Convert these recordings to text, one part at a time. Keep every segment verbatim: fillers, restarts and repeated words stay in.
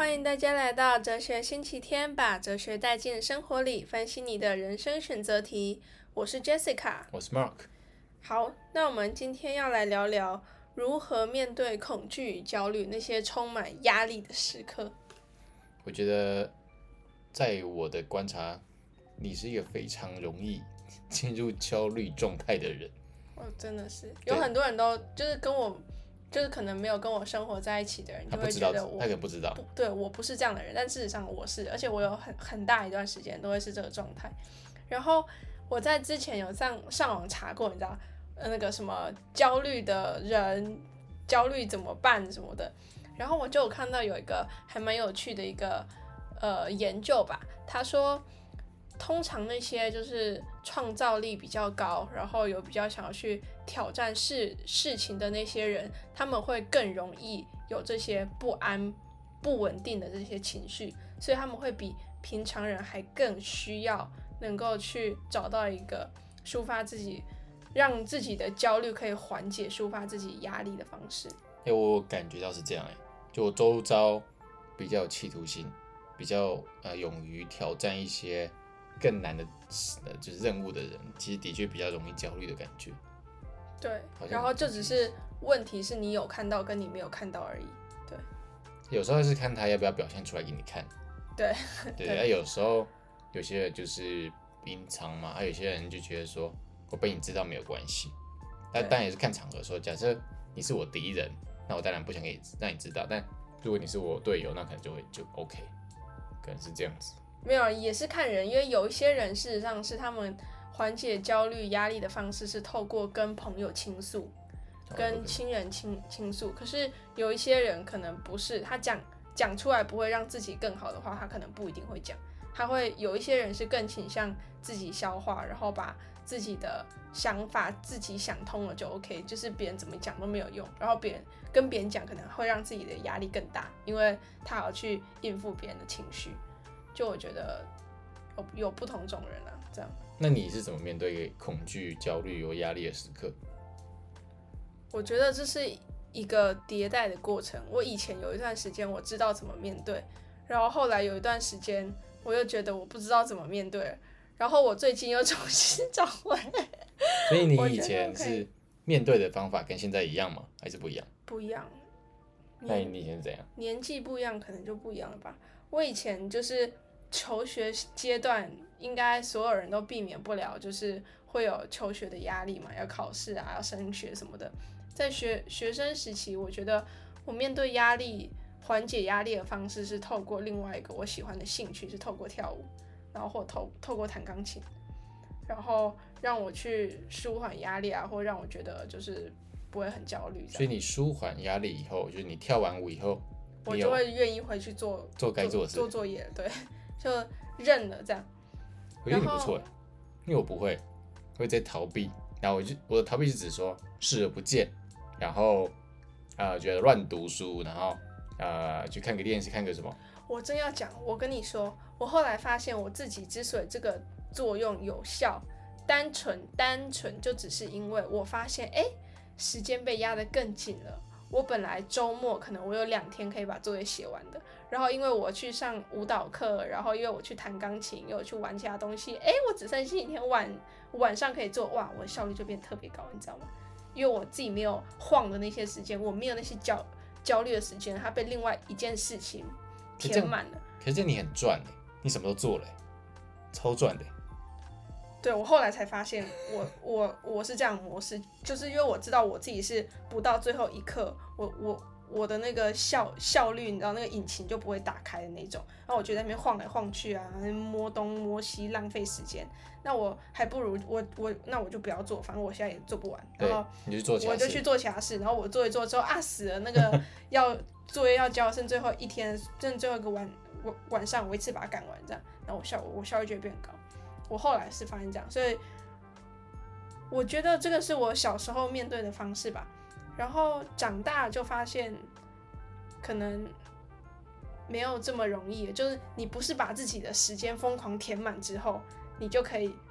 欢迎大家来到哲学星期天，把哲学带进生活里，分析你的人生选择题。我是 Jessica， 我是 Mark。 好，那我们今天要来聊聊如何面对恐惧与焦虑那些充满压力的时刻。 我觉得，在我的观察，你是一个非常容易进入焦虑状态的人。 我真的是有很多人都就是跟我。就是可能没有跟我生活在一起的人，就会觉得我他可能不知道， 对我不是这样的人，但事实上我是，而且我有很很大一段时间都会是这个状态。然后我在之前有上上网查过，你知道，呃，那个什么焦虑的人，焦虑怎么办什么的。然后我就有看到有一个还蛮有趣的一个呃研究吧，他说。通常那些就是创造力比较高，然后有比较想要去挑战事事情的那些人，他们会更容易有这些不安、不稳定的这些情绪，所以他们会比平常人还更需要能够去找到一个抒发自己，让自己的焦虑可以缓解、抒发自己压力的方式。 哎，我感觉到是这样哎，就我周遭比较有企图心，比较呃勇于挑战一些。更难的就是任务的人，其实的确比较容易焦虑的感觉。 对，然后就只是问题是你有看到跟你没有看到而已。对， 有时候是看他要不要表现出来给你看。 对对，对，有时候有些人就是隐藏嘛，啊，有些人就觉得说我被你知道没有关系。但当然也是看场合说，假设你是我敌人，那我当然不想给你让你知道。但如果你是我队友，那可能就会就 OK， 可能是这样子。 没有，也是看人，因为有一些人事实上是他们缓解焦虑压力的方式是透过跟朋友倾诉，跟亲人倾倾诉。可是有一些人可能不是，他讲讲出来不会让自己更好的话，他可能不一定会讲。他会有一些人是更倾向自己消化，然后把自己的想法自己想通了就 OK， 就是别人怎么讲都没有用，然后别人跟别人讲可能会让自己的压力更大，因为他要去应付别人的情绪。就我觉得 有, 有不同种人啊，这样。 那你是怎么面对恐惧、焦虑、有压力的时刻？ 我觉得这是一个迭代的过程。我以前有一段时间我知道怎么面对，然后后来有一段时间我又觉得我不知道怎么面对，然后我最近又重新找回。 所以你以前是面对的方法跟现在一样吗？还是不一样？ 不一样。 那你以前是怎样？ 年纪不一样，可能就不一样了吧。我以前就是求学阶段，应该所有人都避免不了，就是会有求学的压力嘛，要考试啊，要升学什么的。在学学生时期，我觉得我面对压力、缓解压力的方式是透过另外一个我喜欢的兴趣，是透过跳舞，然后或透透过弹钢琴，然后让我去舒缓压力啊，或让我觉得就是不会很焦虑。 所以你舒缓压力以后，就是你跳完舞以后。 我就会愿意回去做做该做的事， 做作业，对，就认了这样。 我觉得你不错，因为我不会，会在逃避。然后我就我的逃避是指说视而不见，然后呃觉得乱读书，然后呃去看个电视，看个什么。 我真要讲，我跟你说，我后来发现我自己之所以这个作用有效，单纯单纯就只是因为我发现，哎，时间被压得更紧了。我本来周末可能我有两天可以把作业写完的，然后因为我去上舞蹈课，然后因为我去弹钢琴，又去玩其他东西，哎，我只剩星期天晚晚上可以做，哇，我的效率就变特别高，你知道吗？因为我自己没有晃的那些时间，我没有那些焦焦虑的时间，它被另外一件事情填满了。 可是这样你很赚的，你什么都做了，超赚的。 对，我后来才发现我，我我我是这样的模式，就是因为我知道我自己是不到最后一刻，我我我的那个效效率，你知道那个引擎就不会打开的那种。然后我就在那边晃来晃去啊，摸东摸西，浪费时间。那我还不如我我那我就不要做，反正我现在也做不完。然后你就做其他事， 我就去做其他事。然后我做一做之后啊，死了，那个要作业要交，剩最后一天，剩最后一个晚晚上，我一次把它赶完，这样，然后我效我效率就会变高。我后来是发现这样，所以我觉得这个是我小时候面对的方式吧。然后长大就发现，可能没有这么容易，就是你不是把自己的时间疯狂填满之后，你就可以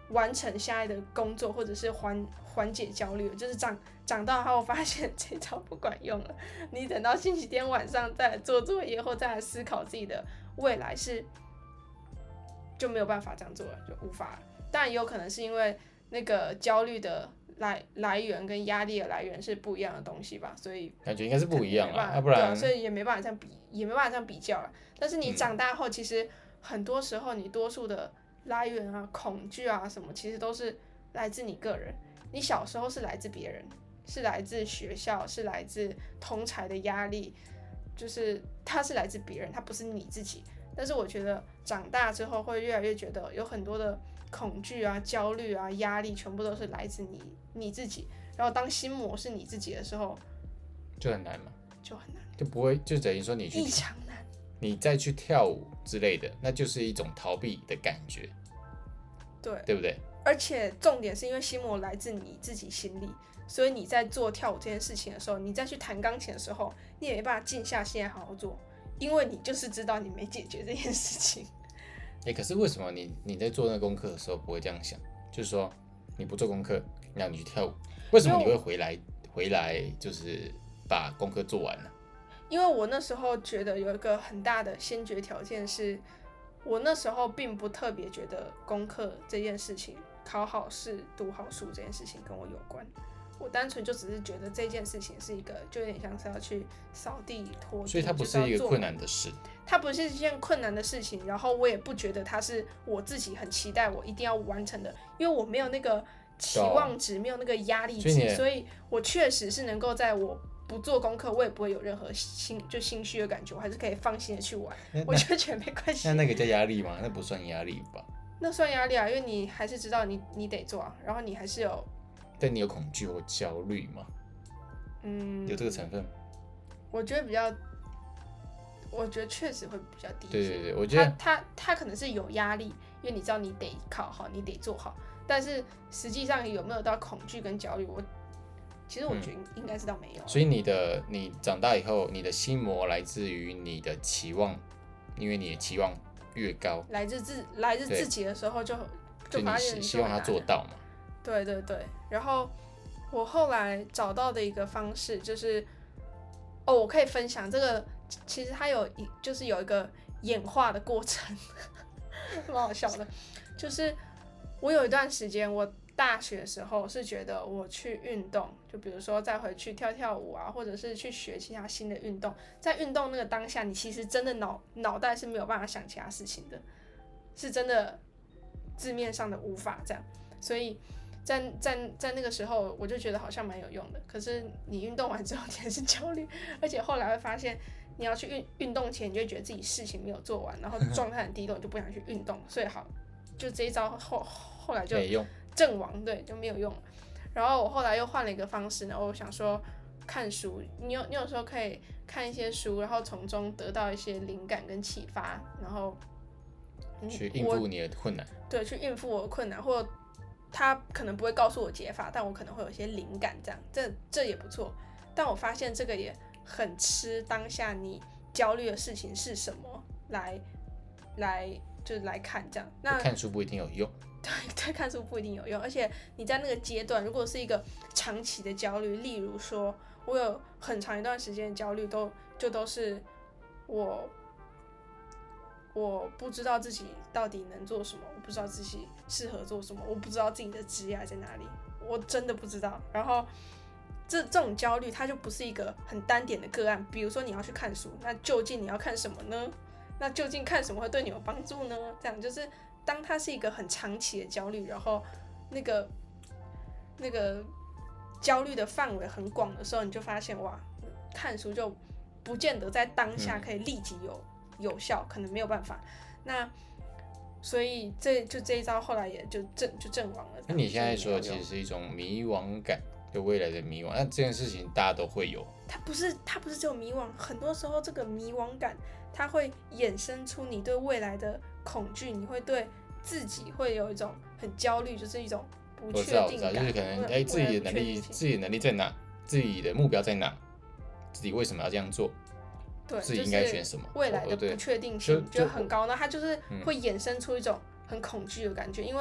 完成现在的工作，或者是缓缓解焦虑，就是长长大后发现这招不管用了。你等到星期天晚上再来做作业，或再来思考自己的未来是就没有办法这样做了，就无法了。当然也有可能是因为那个焦虑的来来源跟压力的来源是不一样的东西吧，所以感觉应该是不一样啊，要、啊、不然、 啊、 所以也没办法这样比，也没办法这样比较了。但是你长大后，其实很多时候你多数的来源啊、恐惧啊什么，其实都是来自你个人。你小时候是来自别人，是来自学校，是来自同侪的压力，就是它是来自别人，它不是你自己。但是我觉得长大之后会越来越觉得有很多的恐惧啊、焦虑啊、压力，全部都是来自你你自己。然后当心魔是你自己的时候， 就很难嘛， 就很难， 就不会就等于说你去异常难。 你再去跳舞之类的，那就是一种逃避的感觉， 对， 对不对？ 而且重点是因为心魔来自你自己心里，所以你在做跳舞这件事情的时候，你再去弹钢琴的时候，你也没办法静下心来好好做，因为你就是知道你没解决这件事情。 欸、可是为什么你你在做那个功课的时候不会这样想？就是说你不做功课，让你去跳舞，为什么你会回来回来就是把功课做完呢？ 因为我那时候觉得有一个很大的先决条件是，我那时候并不特别觉得功课这件事情、考好试、读好书这件事情跟我有关。我单纯就只是觉得这件事情是一个，就有点像是要去扫地拖地， 所以它不是一个困难的事， 它不是一件困难的事情。然后我也不觉得它是我自己很期待我一定要完成的，因为我没有那个期望值，没有那个压力值，所以, 所以我确实是能够在我不做功课，我也不会有任何心就心虚的感觉，我还是可以放心的去玩，我就觉得没关系。 那那个叫压力吗？那不算压力吧？ 那算压力啊，因为你还是知道你你得做啊，然后你还是有。 但你有恐惧或焦虑吗？ 嗯， 有这个成分。 我觉得比较，我觉得确实会比较低。 对对对，我觉得他他他可能是有压力，因为你知道你得考好，你得做好，但是实际上有没有到恐惧跟焦虑，我其实我觉得应该是倒没有。 嗯、所以你的你长大以后，你的心魔来自于你的期望，因为你的期望越高， 来自自来自自己的时候就就发现你希望他做到嘛。 对对对，然后我后来找到的一个方式就是，哦，我可以分享这个，其实它有一就是有一个演化的过程，蛮好笑的。就是我有一段时间，我大学的时候是觉得我去运动，就比如说再回去跳跳舞啊，或者是去学其他新的运动，在运动那个当下，你其实真的脑脑袋是没有办法想其他事情的，是真的字面上的无法这样，所以。在, 在, 在那个时候我就觉得好像蛮有用的，可是你运动完之后你还是焦虑，而且后来会发现你要去运运动前你就会觉得自己事情没有做完，然后状态很低落，你就不想去运动，所以好就这一招后后来就阵亡，对，就没有用了。然后我后来又换了一个方式呢，我想说看书，你有你有时候可以看一些书，然后从中得到一些灵感跟启发，然后去应付你的困难， 对，去应付我的困难，或他可能不会告诉我解法，但我可能会有一些灵感，这样这这也不错。但我发现这个也很吃当下你焦虑的事情是什么来来就是来看这样。那看书不一定有用， 对对，看书不一定有用，而且你在那个阶段，如果是一个长期的焦虑，例如说我有很长一段时间的焦虑都就都是我。我不知道自己到底能做什么，我不知道自己适合做什么，我不知道自己的职业在哪里，我真的不知道。然后这这种焦虑它就不是一个很单点的个案，比如说你要去看书，那究竟你要看什么呢？那究竟看什么会对你有帮助呢？这样就是当它是一个很长期的焦虑，然后那个那个焦虑的范围很广的时候，你就发现哇，看书就不见得在当下可以立即有。嗯有效可能没有办法，那所以这就这一招后来也就阵就阵亡了。 那你现在说的其实是一种迷惘感，对未来的迷惘，那这件事情大家都会有。 它不是它不是只有迷惘，很多时候这个迷惘感它会衍生出你对未来的恐惧，你会对自己会有一种很焦虑，就是一种不确定感。我知道，我知道， 就是可能哎自己的能力自己的能力在哪，自己的目标在哪，自己为什么要这样做。 对， 自己应该选什么？ 未来的不确定性就很高，那它就是会衍生出一种很恐惧的感觉。因为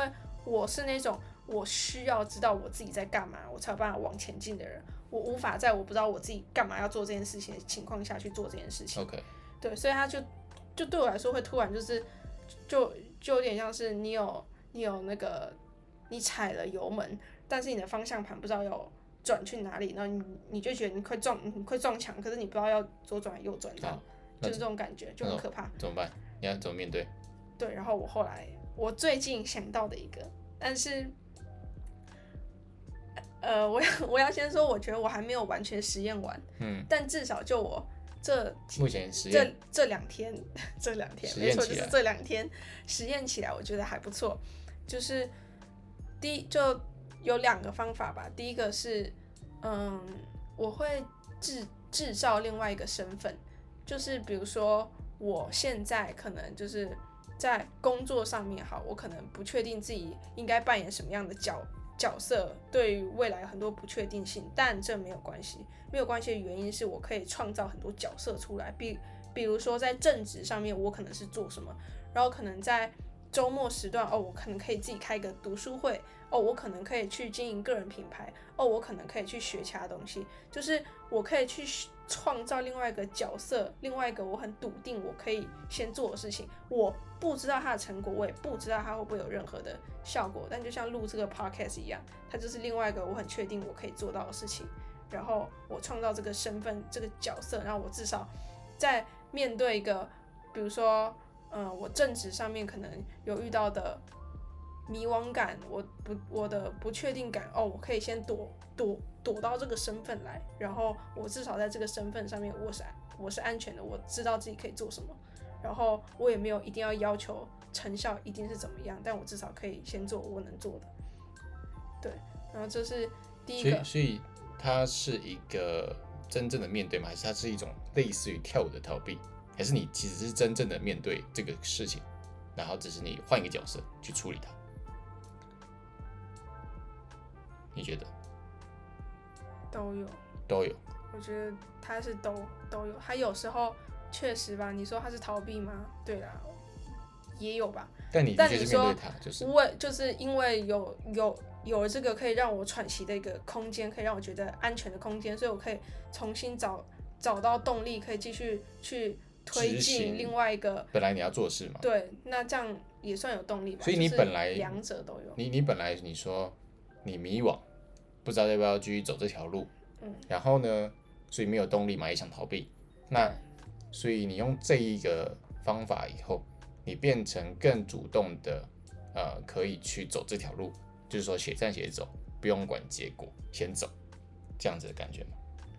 我是那种我需要知道我自己在干嘛，我才有办法往前进的人。我无法在我不知道我自己干嘛要做这件事情的情况下去做这件事情。 OK， 对，所以他就就对我来说会突然就是就就有点像是你有你有那个你踩了油门，但是你的方向盘不知道要转去哪里，然后你你就觉得你快撞你快撞墙，可是你不知道要左转右转，这样就是这种感觉，就很可怕。 怎么办？你要怎么面对？ 对，然后我后来我最近想到的一个，但是。呃，我要我要先说，我觉得我还没有完全实验完， 嗯， 但至少就我这目前实这验这两天，这两天没错，就是这两天实验起来，我觉得还不错。就是第一就有两个方法吧，第一个是，嗯，我会制制造另外一个身份，就是比如说我现在可能就是在工作上面好，我可能不确定自己应该扮演什么样的角。角色对于未来有很多不确定性，但这没有关系。没有关系的原因是我可以创造很多角色出来，比比如说在正职上面，我可能是做什么，然后可能在周末时段，哦，我可能可以自己开个读书会，哦，我可能可以去经营个人品牌，哦，我可能可以去学其他东西，就是我可以去创造另外一个角色，另外一个我很笃定我可以先做的事情。我不知道它的成果，我也不知道它会不会有任何的效果，但就像录这个 podcast 一样，它就是另外一个我很确定我可以做到的事情。然后我创造这个身份、这个角色，然后我至少在面对一个，比如说，嗯，我正职上面可能有遇到的迷惘感，我不我的不确定感，哦，我可以先躲躲躲到这个身份来，然后我至少在这个身份上面我是我是安全的，我知道自己可以做什么，然后我也没有一定要要求成效一定是怎么样，但我至少可以先做我能做的。对，然后这是第一个。 所以，所以它是一个真正的面对吗？还是它是一种类似于跳舞的逃避？还是你其实是真正的面对这个事情，然后只是你换一个角色去处理它？你觉得？ 都有， 都有。 我觉得他是都都有，他有时候确实吧，你说他是逃避吗？对啦，也有吧。 但你的确是面对他，就是为就是因为有有有了这个可以让我喘息的一个空间，可以让我觉得安全的空间，所以我可以重新找找到动力，可以继续去推进另外一个本来你要做的事嘛。 对，那这样也算有动力吧。 所以你本来两者都有。 你你本来你说你迷惘，不知道要不要继续走这条路， 嗯， 然后呢，所以没有动力嘛，也想逃避。那所以你用这一个方法以后，你变成更主动的，呃，可以去走这条路，就是说且战且走，不用管结果，先走，这样子的感觉吗？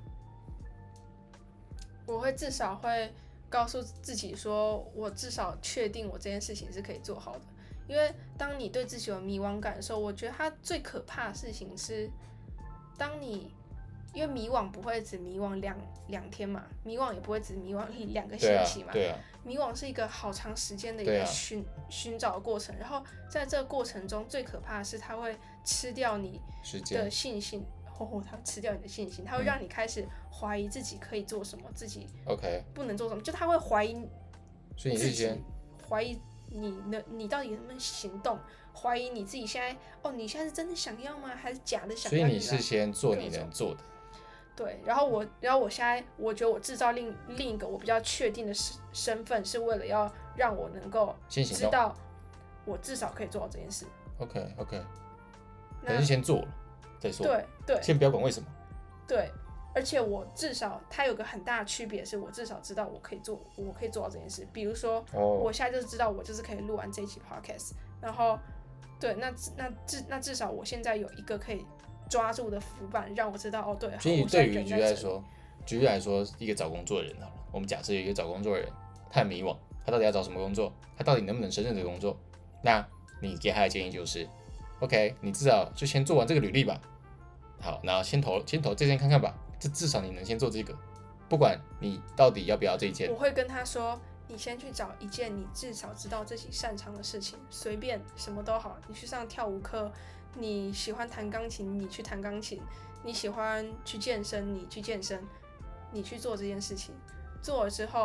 我会至少会告诉自己说，我至少确定我这件事情是可以做好的。因为当你对自己有迷惘感的时候，我觉得它最可怕的事情是，当你因为迷惘不会只迷惘两两天嘛，迷惘也不会只迷惘两个星期嘛， 对啊，对啊， 迷惘是一个好长时间的一个寻寻、啊、找的过程，然后在这个过程中最可怕的是它会吃掉你的信心，哦，它会吃掉你的信心，它会让你开始怀疑自己可以做什么，嗯、自己 OK 不能做什么，就它会怀疑， 所以你是先怀疑你能你到底能不能行动，怀疑你自己现在哦，你现在是真的想要吗？还是假的想要？ 所以你是先做你能做的。 对，然后我，然后我现在，我觉得我制造另另一个我比较确定的身份，是为了要让我能够知道，我至少可以做到这件事。 OK OK， 可是先做了再说。 对对， 先不要管为什么。 对，而且我至少它有个很大的区别是，我至少知道我可以做，我可以做到这件事。比如说，哦、我现在就是知道我就是可以录完这一期 podcast， 然后对，那那至那至少我现在有一个可以抓住的浮板，让我知道哦，对。 所以对于举例来说，举例来说，一个找工作的人好了，我们假设有一个找工作的人，他很迷惘，他到底要找什么工作？他到底能不能胜任这个工作？那你给他的建议就是 ，OK， 你至少就先做完这个履历吧。好，然后先投先投这件看看吧，这至少你能先做这个，不管你到底要不要这一件。 我会跟他说，你先去找一件你至少知道自己擅长的事情，随便什么都好，你去上跳舞课。你喜欢弹钢琴，你去弹钢琴；你喜欢去健身，你去健身，你去做这件事情。做了之后，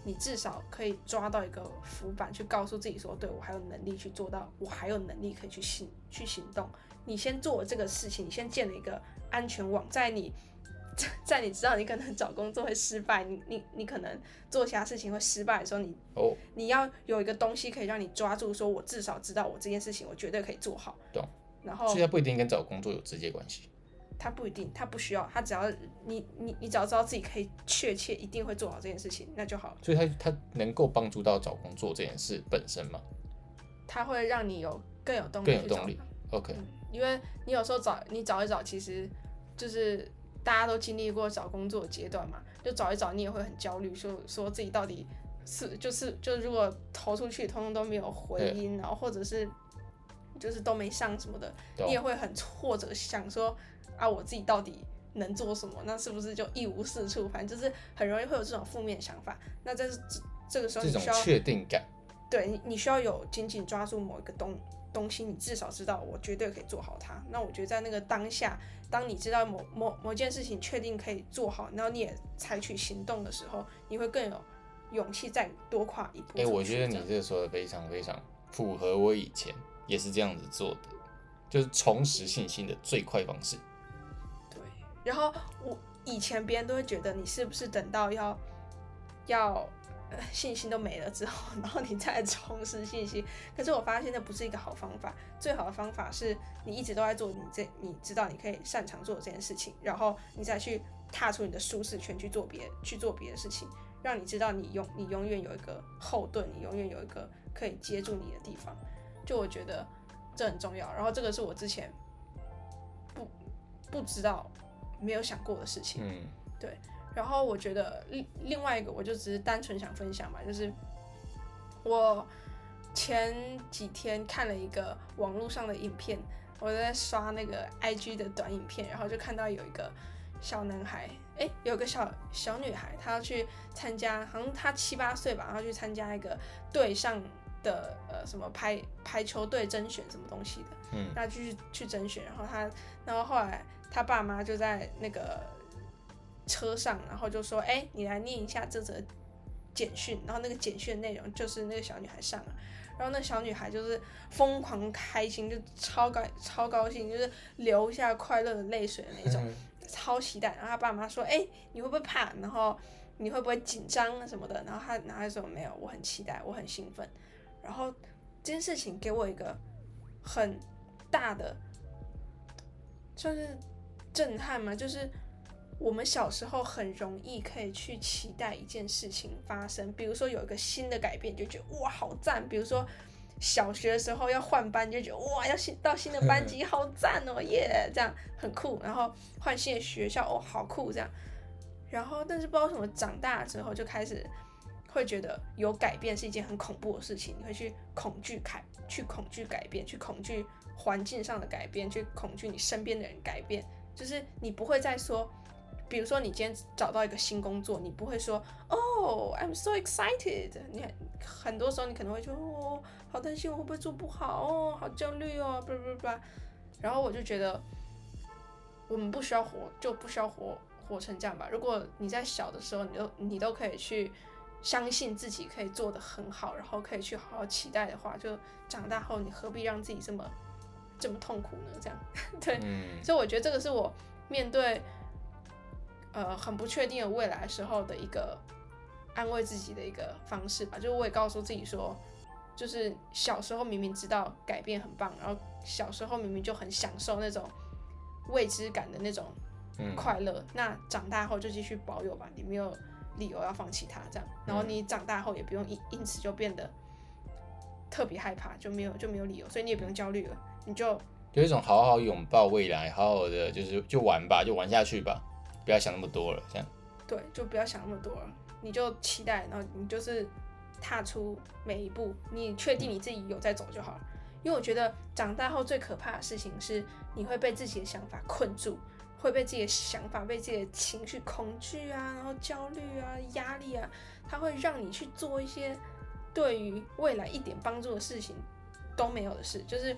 你至少可以抓到一个浮板，去告诉自己说，对，我还有能力去做到，我还有能力可以去行去行动。你先做了这个事情，你先建了一个安全网，在你在你知道你可能找工作会失败，你你你可能做其他事情会失败的时候，你、 哦、 你要有一个东西可以让你抓住，说我至少知道我这件事情我绝对可以做好。 懂。 然后所以它不一定跟找工作有直接关系。 他不一定，他不需要，他只要你你你只要知道自己可以确切一定会做好这件事情，那就好了。 所以他他能够帮助到找工作这件事本身吗？ 他会让你有更有动力更有动力。OK、 嗯。因为你有时候找你找一找，其实就是大家都经历过找工作的阶段嘛，就找一找你也会很焦虑，说说自己到底是就是就如果投出去通通都没有回音，然后或者是就是都没上什么的，你也会很挫折，想说。啊，我自己到底能做什么？那是不是就一无是处？反正就是很容易会有这种负面想法。那这是这个时候你需要这种确定感， 对你你需要有紧紧抓住某一个东东西，你至少知道我绝对可以做好它。那我觉得在那个当下，当你知道某某某件事情确定可以做好，然后你也采取行动的时候，你会更有勇气再多跨一步。 哎、欸，我觉得你这个说的非常非常符合我以前也是这样子做的，就是重拾信心的最快方式。 然后我以前别人都会觉得你是不是等到要要、呃、信心都没了之后，然后你再重拾信心。可是我发现那不是一个好方法，最好的方法是你一直都在做你这你知道你可以擅长做的这件事情，然后你再去踏出你的舒适圈去做别去做别的事情，让你知道你永你永远有一个后盾，你永远有一个可以接住你的地方。就我觉得这很重要。然后这个是我之前不不知道。没有想过的事情， 嗯， 对。然后我觉得另外一个，我就只是单纯想分享嘛，就是我前几天看了一个网络上的影片，我在刷那个 I G 的短影片，然后就看到有一个小男孩，哎，有个小小女孩，她要去参加，好像她七八岁吧，然后去参加一个队上的呃什么排排球队甄选什么东西的， 嗯， 那去去甄选，然后她，然后后来。他爸妈就在那个车上，然后就说：“哎、欸，你来念一下这则简讯。”然后那个简讯内容就是那个小女孩上了，然后那小女孩就是疯狂开心，就超高超高兴，就是流下快乐的泪水的那种，超期待。然后他爸妈说：“哎、欸，你会不会怕？然后你会不会紧张什么的？”然后他然后他说：“没有，我很期待，我很兴奋。”然后这件事情给我一个很大的，算是。震撼嘛，就是我们小时候很容易可以去期待一件事情发生，比如说有一个新的改变，就觉得哇好赞。比如说小学的时候要换班，就觉得哇要新到新的班级好赞哦耶， yeah, 这样很酷。然后换新的学校哦好酷这样。然后但是不知道为什么长大之后就开始会觉得有改变是一件很恐怖的事情，你会去恐惧改，去恐惧改变，去恐惧环境上的改变，去恐惧你身边的人改变。就是你不会再说，比如说你今天找到一个新工作，你不会说哦 I'm so excited， 你很多时候你可能会说哦好担心我会不会做不好哦，好焦虑哦，不不不，然后我就觉得我们不需要活，就不需要活活成这样吧。如果你在小的时候，你都你都可以去相信自己可以做得很好，然后可以去好好期待的话，就长大后你何必让自己这么。这么痛苦呢？这样对、嗯，所以我觉得这个是我面对呃很不确定的未来的时候的一个安慰自己的一个方式吧。就是我也告诉自己说，就是小时候明明知道改变很棒，然后小时候明明就很享受那种未知感的那种快乐，嗯、那长大后就继续保有吧，你没有理由要放弃它这样。然后你长大后也不用因因此就变得特别害怕，就没有就没有理由，所以你也不用焦虑了。你就有一种好好拥抱未来，好好的就是就玩吧，就玩下去吧，不要想那么多了，这样。 对，就不要想那么多了，你就期待，然后你就是踏出每一步，你确定你自己有在走就好了。因为我觉得长大后最可怕的事情是，你会被自己的想法困住，会被自己的想法、被自己的情绪、恐惧啊，然后焦虑啊、压力啊，它会让你去做一些对于未来一点帮助的事情都没有的事，就是。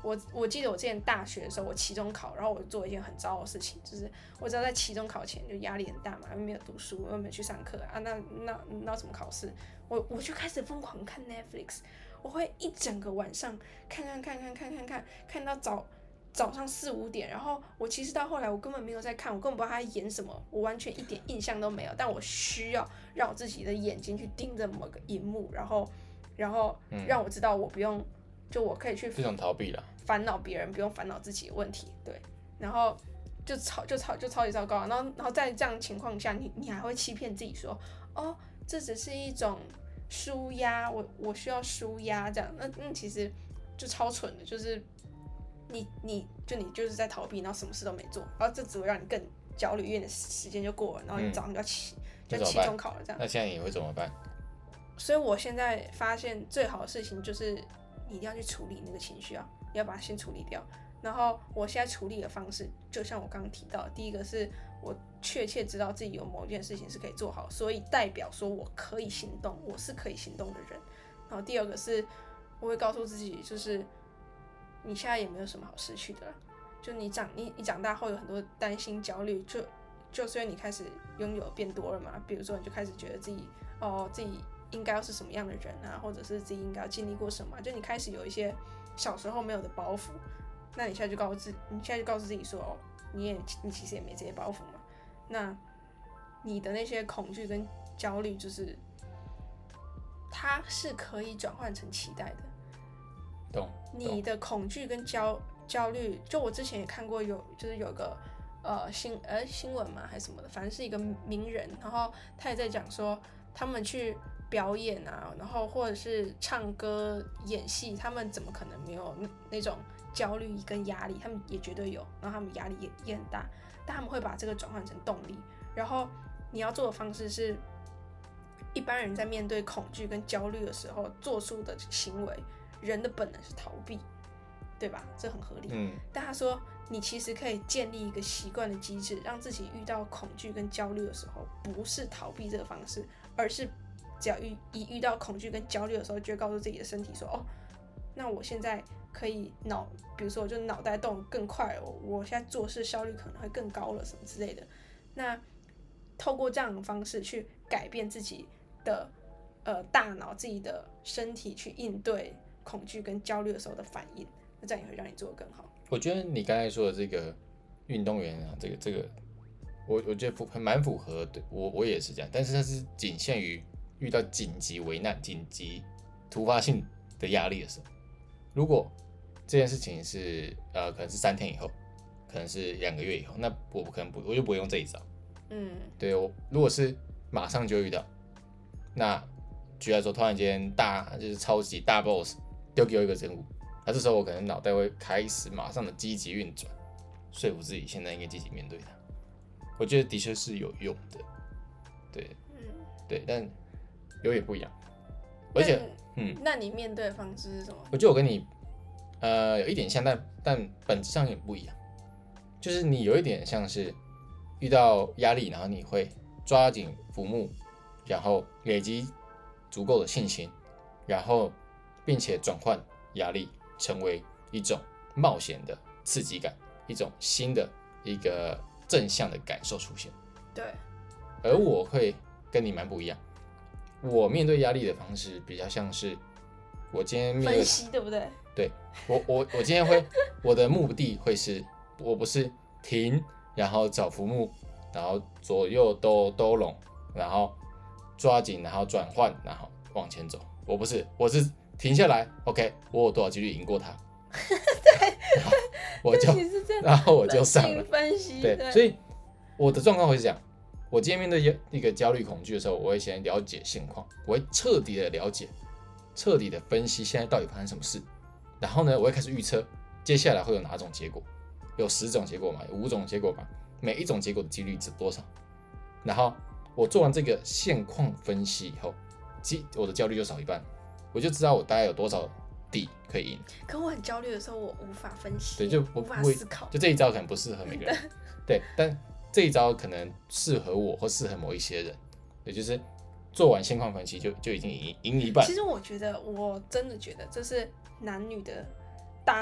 我我记得我之前大学的时候，我期中考，然后我做一件很糟糕的事情，就是我只要在期中考前就压力很大嘛，又没有读书，又没有去上课啊，那那那怎么考试？我我就开始疯狂看 Netflix， 我会一整个晚上看看看看看看看看到早早上四五点，然后我其实到后来我根本没有在看，我根本不知道他在演什么，我完全一点印象都没有，但我需要让我自己的眼睛去盯着某个荧幕，然后然后让我知道我不用。就我可以去这种逃避啦， 烦恼别人，不用烦恼自己的问题，对，然后就超就超就超级糟糕，然后然后在这样的情况下，你你还会欺骗自己说，哦，这只是一种舒压，我我需要舒压这样，那那其实就超蠢的，就是你你就你就是在逃避，然后什么事都没做，然后这只会让你更焦虑，因为你的时间就过了，然后你早上就要起、嗯、就要期中考了这样。 那现在你会怎么办？ 所以我现在发现最好的事情就是。你一定要去处理那个情绪啊，你要把它先处理掉。然后我现在处理的方式，就像我刚刚提到的，第一个是我确切知道自己有某件事情是可以做好，所以代表说我可以行动，我是可以行动的人。然后第二个是，我会告诉自己，就是你现在也没有什么好失去的啦，就你长你你长大后有很多担心焦虑，就就虽然你开始拥有变多了嘛，比如说你就开始觉得自己哦自己。应该要是什么样的人啊，或者是自己应该要经历过什么，就你开始有一些小时候没有的包袱，那你现在就告诉自己，你现在就告诉自己说，哦，你也你其实也没这些包袱嘛，那你的那些恐惧跟焦虑，就是它是可以转换成期待的。 懂。 你的恐惧跟焦焦虑，就我之前也看过有，就是有个呃新呃新闻嘛还是什么的，反正是一个名人，然后他也在讲说他们去。表演啊，然后或者是唱歌、演戏，他们怎么可能没有 那, 那种焦虑跟压力？他们也绝对有，然后他们压力 也, 也很大，但他们会把这个转换成动力。然后你要做的方式是，一般人在面对恐惧跟焦虑的时候做出的行为，人的本能是逃避，对吧？这很合理。 嗯。 但他说，你其实可以建立一个习惯的机制，让自己遇到恐惧跟焦虑的时候，不是逃避这个方式，而是。只要一遇到恐惧跟焦虑的时候，就会告诉自己的身体说：“哦，那我现在可以脑，比如说我就脑袋动更快，我我现在做事效率可能会更高了，什么之类的。”那透过这样的方式去改变自己的呃大脑、自己的身体去应对恐惧跟焦虑的时候的反应，那这样也会让你做得更好。 我觉得你刚才说的这个运动员啊，这个这个，我我觉得蛮符合的，我我也是这样，但是它是仅限于。遇到紧急危难、紧急突发性的压力的时候，如果这件事情是呃，可能是三天以后，可能是两个月以后，那我可能不，我就不会用这一招。 嗯， 对我如果是马上就遇到，那举例来说，突然间大就是超级大 boss 丢给我一个任务，那这时候我可能脑袋会开始马上的积极运转，说服自己现在应该积极面对它。我觉得的确是有用的，对， 嗯， 对，但。有点不一样，而且，嗯， 那你面对的方式是什么？ 我觉得我跟你，呃，有一点像，但但本质上也不一样。就是你有一点像是遇到压力，然后你会抓紧浮木，然后累积足够的信心，然后并且转换压力成为一种冒险的刺激感，一种新的一个正向的感受出现。 对， 而我会跟你蛮不一样。我面对压力的方式比较像是，我今天面对分析，对不对？ 对，我我我今天会，我的目的会是，我不是停，然后找浮木，然后左右都都拢，然后抓紧，然后转换，然后往前走。我不是，我是停下来 ，OK， 我有多少几率赢过他？ 对， 我就，然后我就上了。 分析， 对， 对， 所以我的状况会是这样。我今天面对一个焦虑恐惧的时候，我会先了解现况，我会彻底的了解，彻底的分析现在到底发生什么事，然后呢，我会开始预测接下来会有哪种结果，有十种结果嘛，有五种结果嘛，每一种结果的几率是多少？然后我做完这个现况分析以后，我的焦虑就少一半，我就知道我大概有多少底可以赢。 可我很焦虑的时候，我无法分析， 对，就无法思考， 就这一招可能不适合每个人，对，但这一招可能适合我或适合某一些人，也就是做完现况分析就就已经赢赢一半。 其实我觉得，我真的觉得这是男女的大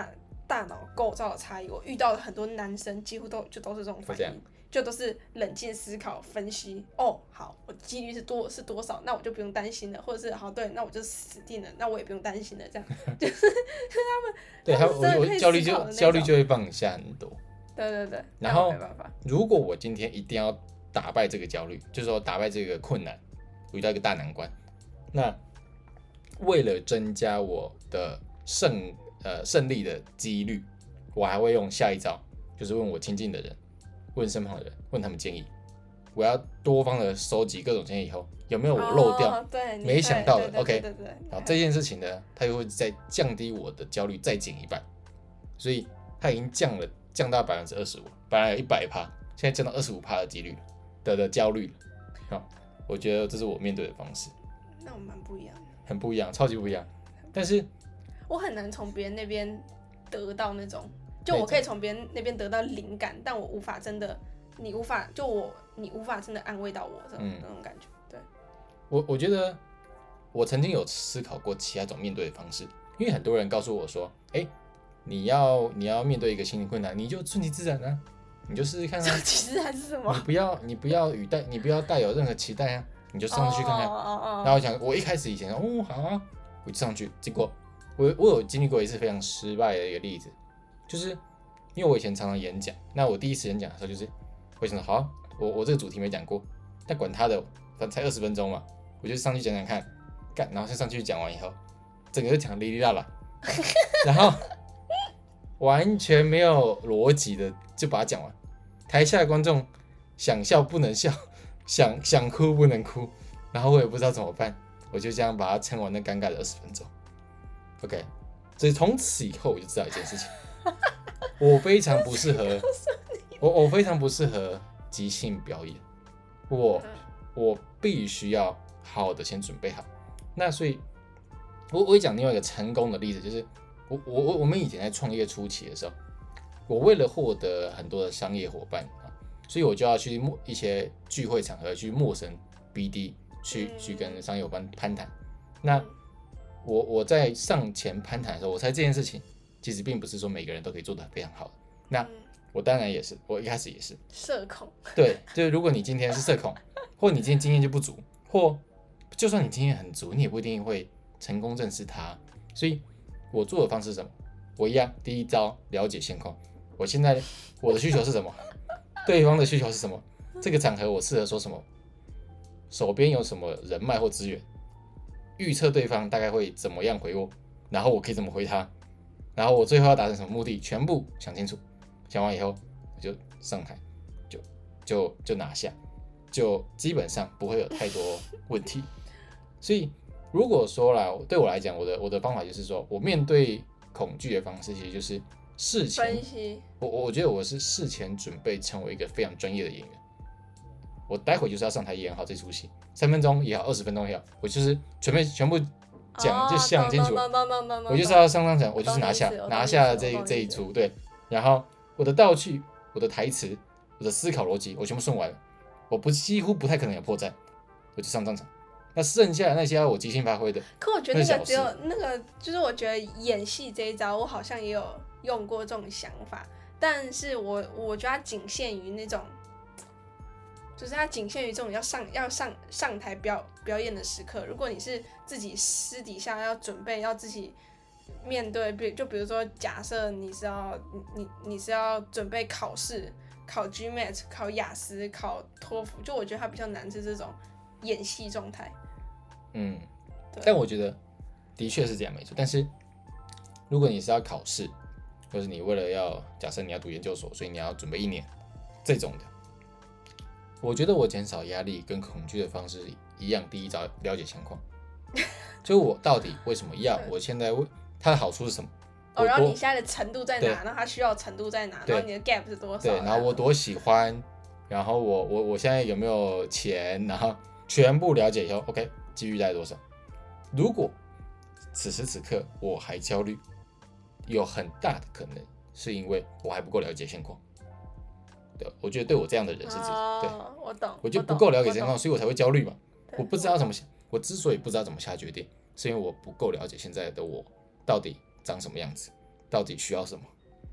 大脑构造的差异，我遇到的很多男生几乎都就都是这种反应，就都是冷静思考分析。哦，好，我几率是多是多少，那我就不用担心了，或者是好对，那我就死定了，那我也不用担心了，这样就是他们对他们真的可以我焦虑思考的那就焦虑种就会放下很多。 对对对， 然后但我没办法， 如果我今天一定要打败这个焦虑，就是说打败这个困难，我遇到一个大难关，那为了增加我的胜呃胜利的几率，我还会用下一招，就是问我亲近的人，问身旁的人，问他们建议。我要多方的收集各种建议以后，有没有我漏掉、 哦、对没想到的对对 ？OK， 对对对然后这件事情呢，它又会再降低我的焦虑，再减一半，所以它已经降了，降到百分之二十五，本来有一百趴，现在降到二十五趴的几率的的焦虑了。好，我觉得这是我面对的方式， 那我蛮不一样的， 很不一样，超级不一样。但是我很难从别人那边得到那种，就我可以从别人那边得到灵感，但我无法真的，你无法就我你无法真的安慰到我这种、嗯、那种感觉。对， 我我觉得我曾经有思考过其他种面对的方式，因为很多人告诉我说，哎、欸，你要你要面对一个心理困难，你就顺其自然啊，你就试试看啊。 顺其自然是什么？ 你不要你不要语带你不要带有任何期待啊，你就上去看看。 哦哦哦、 然后我想，我一开始以前哦好啊，我就上去，结果我我有经历过一次非常失败的一个例子，就是因为我以前常常演讲，那我第一次演讲的时候就是，我想说好、啊，我我这个主题没讲过，但管他的，反正才二十分钟嘛，我就上去讲讲看，干，然后就上去讲完以后，整个就讲哩哩啦啦，然后完全没有逻辑的就把它讲完，台下的观众想笑不能笑，想想哭不能哭，然后我也不知道怎么办，我就这样把它撑完那尴尬的二十分钟。OK， 所以从此以后我就知道一件事情，我非常不适合，我我非常不适合即兴表演，我我必须要好的先准备好。那所以，我我会讲另外一个成功的例子，就是我我我们以前在创业初期的时候，我为了获得很多的商业伙伴啊，所以我就要去一些聚会场合去陌生 B D， 去去跟商业伙伴攀谈。那我我在上前攀谈的时候，我猜这件事情其实并不是说每个人都可以做得非常好的。那我当然也是，我一开始也是社恐。 对，就是如果你今天是社恐，或你今天经验就不足，或就算你经验很足，你也不一定会成功认识他。所以我做的方式是什么？我一样，第一招了解现况。我现在我的需求是什么？对方的需求是什么？这个场合我适合说什么？手边有什么人脉或资源？预测对方大概会怎么样回我，然后我可以怎么回他，然后我最后要达成什么目的，全部想清楚。想完以后，我就上台，就就就拿下，就基本上不会有太多问题。所以如果说啦，对我来讲，我的我的方法就是说，我面对恐惧的方式，其实就是事前，我我觉得我是事前准备成为一个非常专业的演员。我待会就是要上台演好这出戏，三分钟也好，二十分钟也好，我就是全部全部讲、哦、就想清楚，我就是要上上场，我就是拿下拿下这这一出，对。然后我的道具、我的台词、我的思考逻辑，我全部顺完了，我不几乎不太可能有破绽，我就上战场。那剩下的那些我即兴发挥的， 可我觉得那个只有那个，就是我觉得演戏这一招，我好像也有用过这种想法，但是我我觉得它仅限于那种。就是它仅限于这种要上要上上台表表演的时刻。如果你是自己私底下要准备，要自己面对，比就比如说，假设你是要你你是要准备考试，考 G M A T、考雅思、考托福，就我觉得它比较难是这种演戏状态。 嗯，但我觉得的确是这样没错。但是如果你是要考试，或是你为了要假设你要读研究所，所以你要准备一年这种的。我觉得我减少压力跟恐惧的方式一样，第一招了解情况，就我到底为什么要，我现在它的好处是什么？ 哦，然后你现在的程度在哪？然后它需要的程度在哪？然后你的 gap 是多少？ 对，然后我多喜欢，然后我我我现在有没有钱？然后全部了解以后 ，OK， 机遇大概多少？如果此时此刻我还焦虑，有很大的可能是因为我还不够了解现况。对，我觉得对我这样的人是指、哦、对， 我懂， 我就不够了解现况，所以我才会焦虑嘛。我不知道怎么想，我之所以不知道怎么下决定，是因为我不够了解现在的我到底长什么样子，到底需要什么。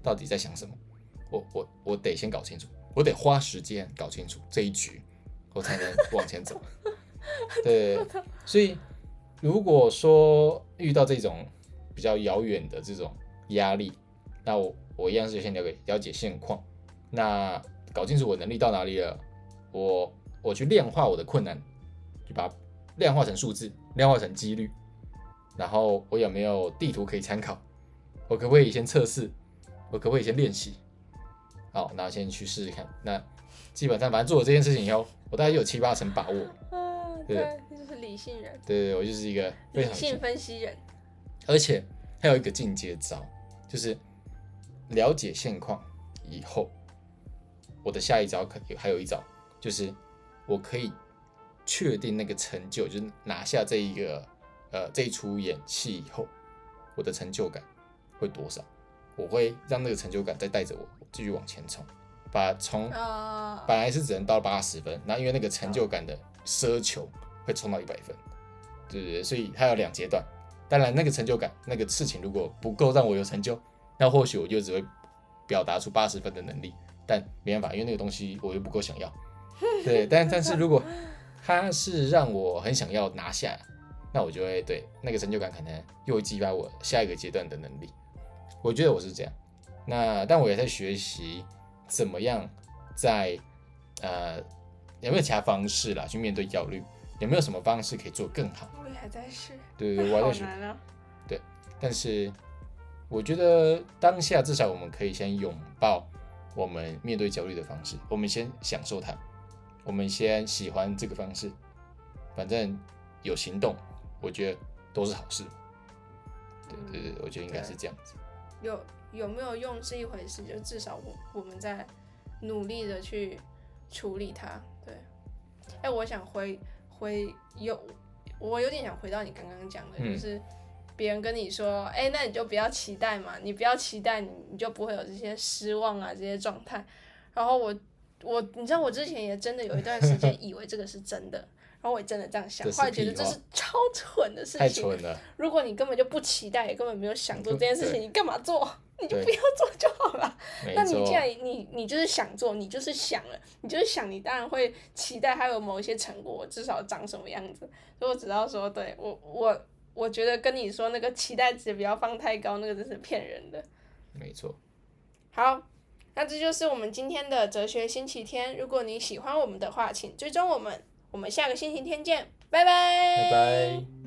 到底在想什么，我我我得先搞清楚，我得花时间搞清楚这一局，我才能往前走。对，所以如果说遇到这种比较遥远的这种压力，那我我一样是先了解了解现况，那搞清楚我能力到哪里了，我我去量化我的困难，就把它量化成数字，量化成几率，然后我有没有地图可以参考，我可不可以先测试，我可不可以先练习，好，那先去试试看。那基本上反正做了这件事情以后，我大概有七八成把握。 嗯，对，就是理性人。 对对，我就是一个非常理性分析人。 而且还有一个进阶招，就是了解现况以后，我的下一招可还有一招，就是我可以确定那个成就，就是拿下这一个呃这一出演戏以后，我的成就感会多少？我会让那个成就感再带着我继续往前冲，把从本来是只能到八十分，那因为那个成就感的奢求会冲到一百分，对对对，所以它有两阶段。当然，那个成就感，那个事情如果不够让我有成就，那或许我就只会表达出八十分的能力，但没办法，因为那个东西我又不够想要。对，但但是如果它是让我很想要拿下，那我就会对那个成就感可能又会激发我下一个阶段的能力。我觉得我是这样，那但我也在学习怎么样在呃有没有其他方式啦去面对焦虑，有没有什么方式可以做更好？ 我也还在学， 对对对，我还在学。 好难啊。 对，但是我觉得当下至少我们可以先拥抱我们面对焦虑的方式，我们先享受它，我们先喜欢这个方式，反正有行动，我觉得都是好事。对对对，我觉得应该是这样子。 有有没有用是一回事，就至少我我们在努力的去处理它。对，哎，我想回回有，我有点想回到你刚刚讲的，嗯、就是别人跟你说，哎，那你就不要期待嘛，你不要期待，你你就不会有这些失望啊这些状态。然后我我你知道我之前也真的有一段时间以为这个是真的。然后我也真的这样想，后来觉得这是超蠢的事情。 太蠢了！ 如果你根本就不期待，也根本没有想做这件事情，你干嘛做？你就不要做就好了。那你既然你你就是想做，你就是想了，你就是想，你当然会期待它有某一些成果，至少长什么样子。所以我只要说，对我我我觉得跟你说那个期待值不要放太高，那个真是骗人的。 没错。 好，那这就是我们今天的哲学星期天。如果你喜欢我们的话，请追踪我们。我们下个星期天见，拜拜。 拜拜。